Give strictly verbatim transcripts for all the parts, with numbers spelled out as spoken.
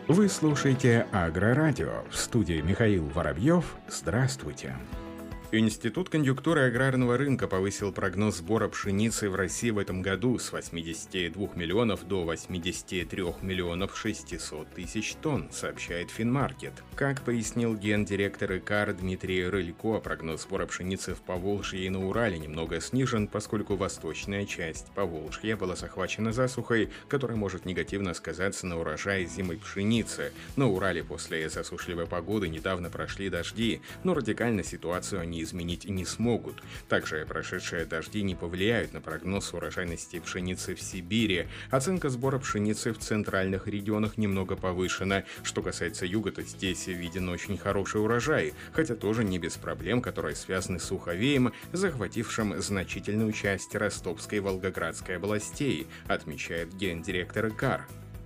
Вы слушаете Агрорадио. В студии Михаил Воробьев. Здравствуйте. Институт конъюнктуры аграрного рынка повысил прогноз сбора пшеницы в России в этом году с восьмидесяти двух миллионов до восьмидесяти трёх миллионов шестисот тысяч тонн, сообщает Финмаркет. Как пояснил гендиректор ИКАР Дмитрий Рылько, прогноз сбора пшеницы в Поволжье и на Урале немного снижен, поскольку восточная часть Поволжья была захвачена засухой, которая может негативно сказаться на урожае зимой пшеницы. На Урале после засушливой погоды недавно прошли дожди, но радикально ситуацию они изменить не смогут. Также прошедшие дожди не повлияют на прогноз урожайности пшеницы в Сибири. Оценка сбора пшеницы в центральных регионах немного повышена. Что касается юга, то здесь виден очень хороший урожай, хотя тоже не без проблем, которые связаны с суховеем, захватившим значительную часть Ростовской и Волгоградской областей, отмечает гендиректор ИКАР.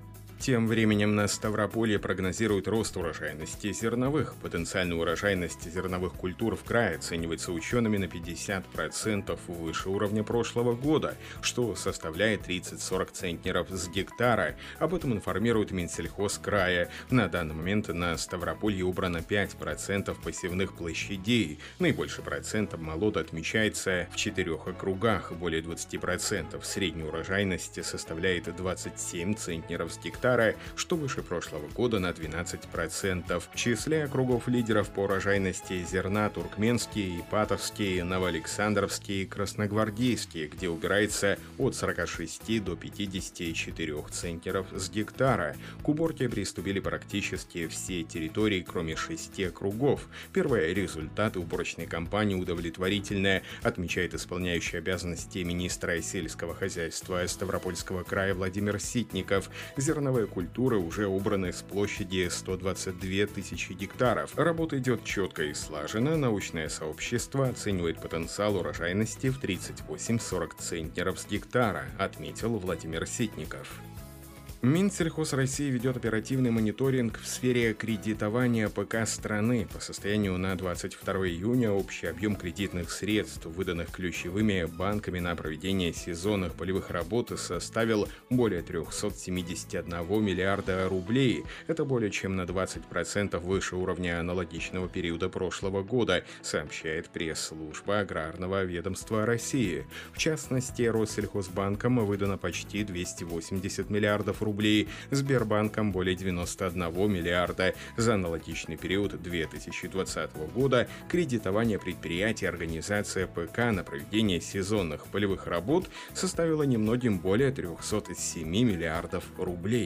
Тем временем на Ставрополье прогнозируют рост урожайности зерновых. Потенциальная урожайность зерновых культур в крае оценивается учеными на пятьдесят процентов выше уровня прошлого года, что составляет тридцать-сорок центнеров с гектара. Об этом информирует Минсельхоз края. На данный момент на Ставрополье убрано пять процентов посевных площадей. Наибольший процент обмолота отмечается в четырех округах, более двадцати процентов. Средняя урожайность составляет двадцать семь центнеров с гектара, что выше прошлого года на двенадцать процентов. В числе округов лидеров по урожайности зерна Туркменский, Ипатовский, Новоалександровский и Красногвардейский, где убирается от сорока шести до пятидесяти четырёх центнеров с гектара. К уборке приступили практически все территории, кроме шести округов. Первые результаты уборочной кампании удовлетворительные, отмечает исполняющий обязанности министра сельского хозяйства Ставропольского края Владимир Ситников. Зерновые культуры уже убраны с площади сто двадцать две тысячи гектаров. Работа идет четко и слаженно. Научное сообщество оценивает потенциал урожайности в тридцать восемь-сорок центнеров с гектара, отметил Владимир Ситников. Минсельхоз России ведет оперативный мониторинг в сфере кредитования ПК страны. По состоянию на двадцать второе июня общий объем кредитных средств, выданных ключевыми банками на проведение сезонных полевых работ, составил более трёхсот семидесяти одного миллиарда рублей. Это более чем на двадцать процентов выше уровня аналогичного периода прошлого года, сообщает пресс-служба Аграрного ведомства России. В частности, Россельхозбанком выдано почти двести восемьдесят миллиардов рублей. рублей, Сбербанком более девяноста одного миллиарда. За аналогичный период две тысячи двадцатого года кредитование предприятий и организация ПК на проведение сезонных полевых работ составило немногим более трёхсот семи миллиардов рублей.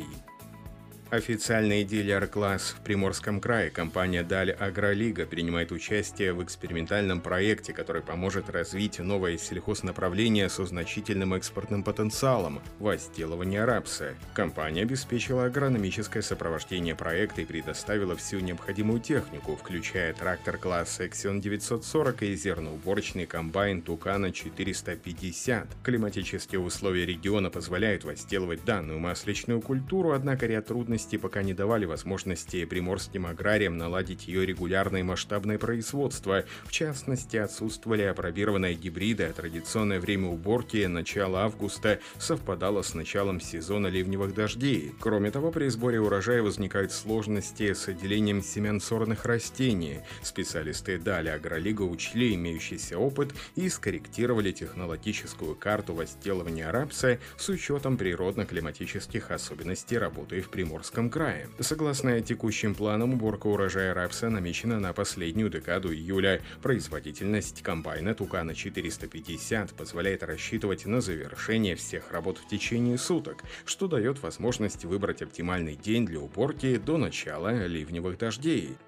Официальный дилер-класс в Приморском крае, компания «Даль Агролига», принимает участие в экспериментальном проекте, который поможет развить новое сельхознаправление со значительным экспортным потенциалом – возделывание рапса. Компания обеспечила агрономическое сопровождение проекта и предоставила всю необходимую технику, включая трактор класса Эксион девятьсот сорок и зерноуборочный комбайн Тукана четыреста пятьдесят. Климатические условия региона позволяют возделывать данную масличную культуру, однако ряд трудностей пока не давали возможности приморским аграриям наладить ее регулярное и масштабное производство. В частности, отсутствовали апробированные гибриды, а традиционное время уборки, начало августа, совпадало с началом сезона ливневых дождей. Кроме того, при сборе урожая возникают сложности с отделением семян сорных растений. Специалисты Даль Агролига учли имеющийся опыт и скорректировали технологическую карту возделывания рапса с учетом природно-климатических особенностей работы в Приморском крае. Согласно текущим планам, уборка урожая рапса намечена на последнюю декаду июля. Производительность комбайна Тукана четыреста пятьдесят позволяет рассчитывать на завершение всех работ в течение суток, что дает возможность выбрать оптимальный день для уборки до начала ливневых дождей.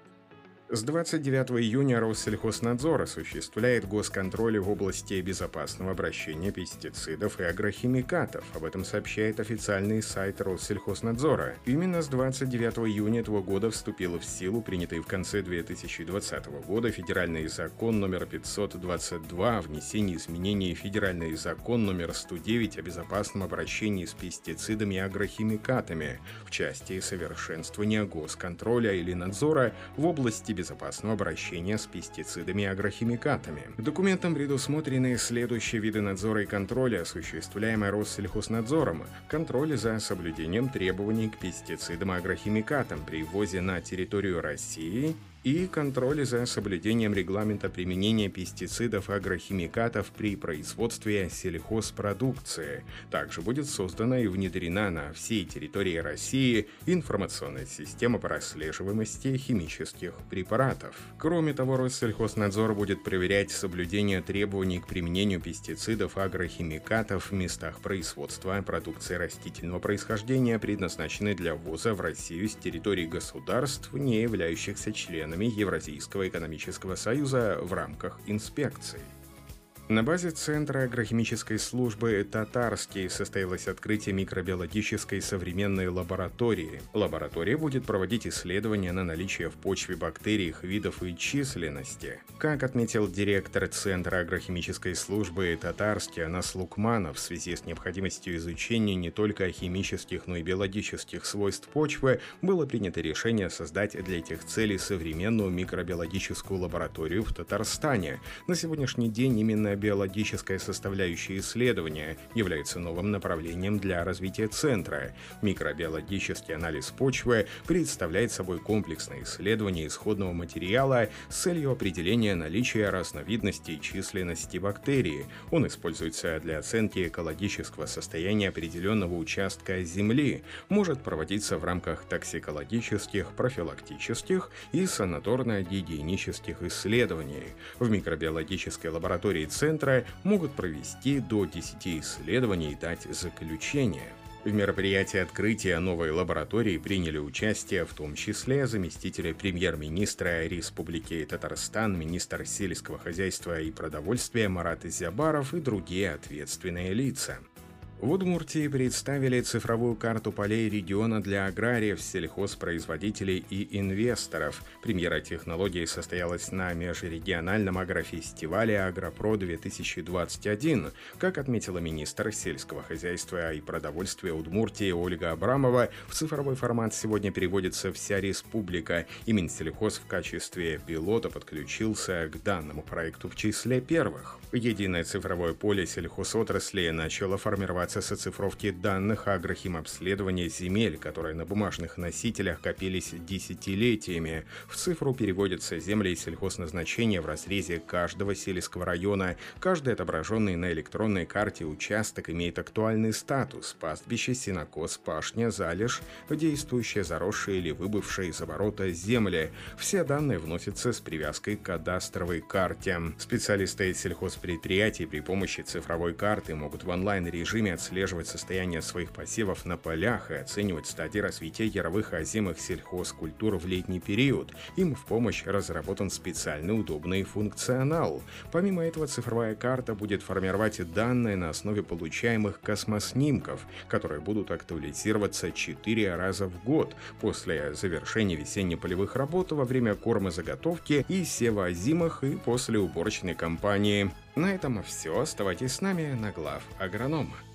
С двадцать девятого июня Россельхознадзор осуществляет госконтроль в области безопасного обращения пестицидов и агрохимикатов. Об этом сообщает официальный сайт Россельхознадзора. Именно с двадцать девятого июня этого года вступил в силу принятый в конце две тысячи двадцатого года федеральный закон номер пятьсот двадцать два о внесении изменений в федеральный закон номер сто девять о безопасном обращении с пестицидами и агрохимикатами в части совершенствования госконтроля или надзора в области безопасного обращения с пестицидами и агрохимикатами. Документом предусмотрены следующие виды надзора и контроля, осуществляемые Россельхознадзором: контроль за соблюдением требований к пестицидам и агрохимикатам при ввозе на территорию России и контроль за соблюдением регламента применения пестицидов и агрохимикатов при производстве сельхозпродукции. Также будет создана и внедрена на всей территории России информационная система по прослеживаемости химических препаратов. Кроме того, Россельхознадзор будет проверять соблюдение требований к применению пестицидов и агрохимикатов в местах производства продукции растительного происхождения, предназначенной для ввоза в Россию с территории государств, не являющихся членами Евразийского экономического союза, в рамках инспекций. На базе Центра агрохимической службы «Татарский» состоялось открытие микробиологической современной лаборатории. Лаборатория будет проводить исследования на наличие в почве бактерий, их видов и численности. Как отметил директор Центра агрохимической службы «Татарский» Анас Лукманов, в связи с необходимостью изучения не только химических, но и биологических свойств почвы, было принято решение создать для этих целей современную микробиологическую лабораторию в Татарстане. На сегодняшний день именно биологическая составляющая исследования является новым направлением для развития центра. Микробиологический анализ почвы представляет собой комплексное исследование исходного материала с целью определения наличия разновидности и численности бактерий. Он используется для оценки экологического состояния определенного участка Земли, может проводиться в рамках токсикологических, профилактических и санаторно-гигиенических исследований. В микробиологической лаборатории центра могут провести до десяти исследований и дать заключение. В мероприятии открытия новой лаборатории приняли участие в том числе заместитель премьер-министра Республики Татарстан, министр сельского хозяйства и продовольствия Марат Зябаров и другие ответственные лица. В Удмуртии представили цифровую карту полей региона для аграриев, сельхозпроизводителей и инвесторов. Премьера технологии состоялась на межрегиональном агрофестивале «Агропро-две тысячи двадцать один». Как отметила министр сельского хозяйства и продовольствия Удмуртии Ольга Абрамова, в цифровой формат сегодня переводится вся республика, и Минсельхоз в качестве пилота подключился к данному проекту в числе первых. Единое цифровое поле сельхозотрасли начало формироваться с оцифровки данных агрохимобследования земель, которые на бумажных носителях копились десятилетиями. В цифру переводятся земли сельхозназначения в разрезе каждого сельского района. Каждый отображенный на электронной карте участок имеет актуальный статус: пастбище, сенокос, пашня, залежь, действующие, заросшие или выбывшие из оборота земли. Все данные вносятся с привязкой к кадастровой карте. Специалисты сельхозпредприятий при помощи цифровой карты могут в онлайн-режиме отслеживать состояние своих посевов на полях и оценивать стадии развития яровых и озимых сельхозкультур в летний период. Им в помощь разработан специальный удобный функционал. Помимо этого, цифровая карта будет формировать данные на основе получаемых космоснимков, которые будут актуализироваться четыре раза в год после завершения весенне-полевых работ, во время кормозаготовки и сева озимых и после уборочной кампании. На этом все. Оставайтесь с нами на Глав Агронома.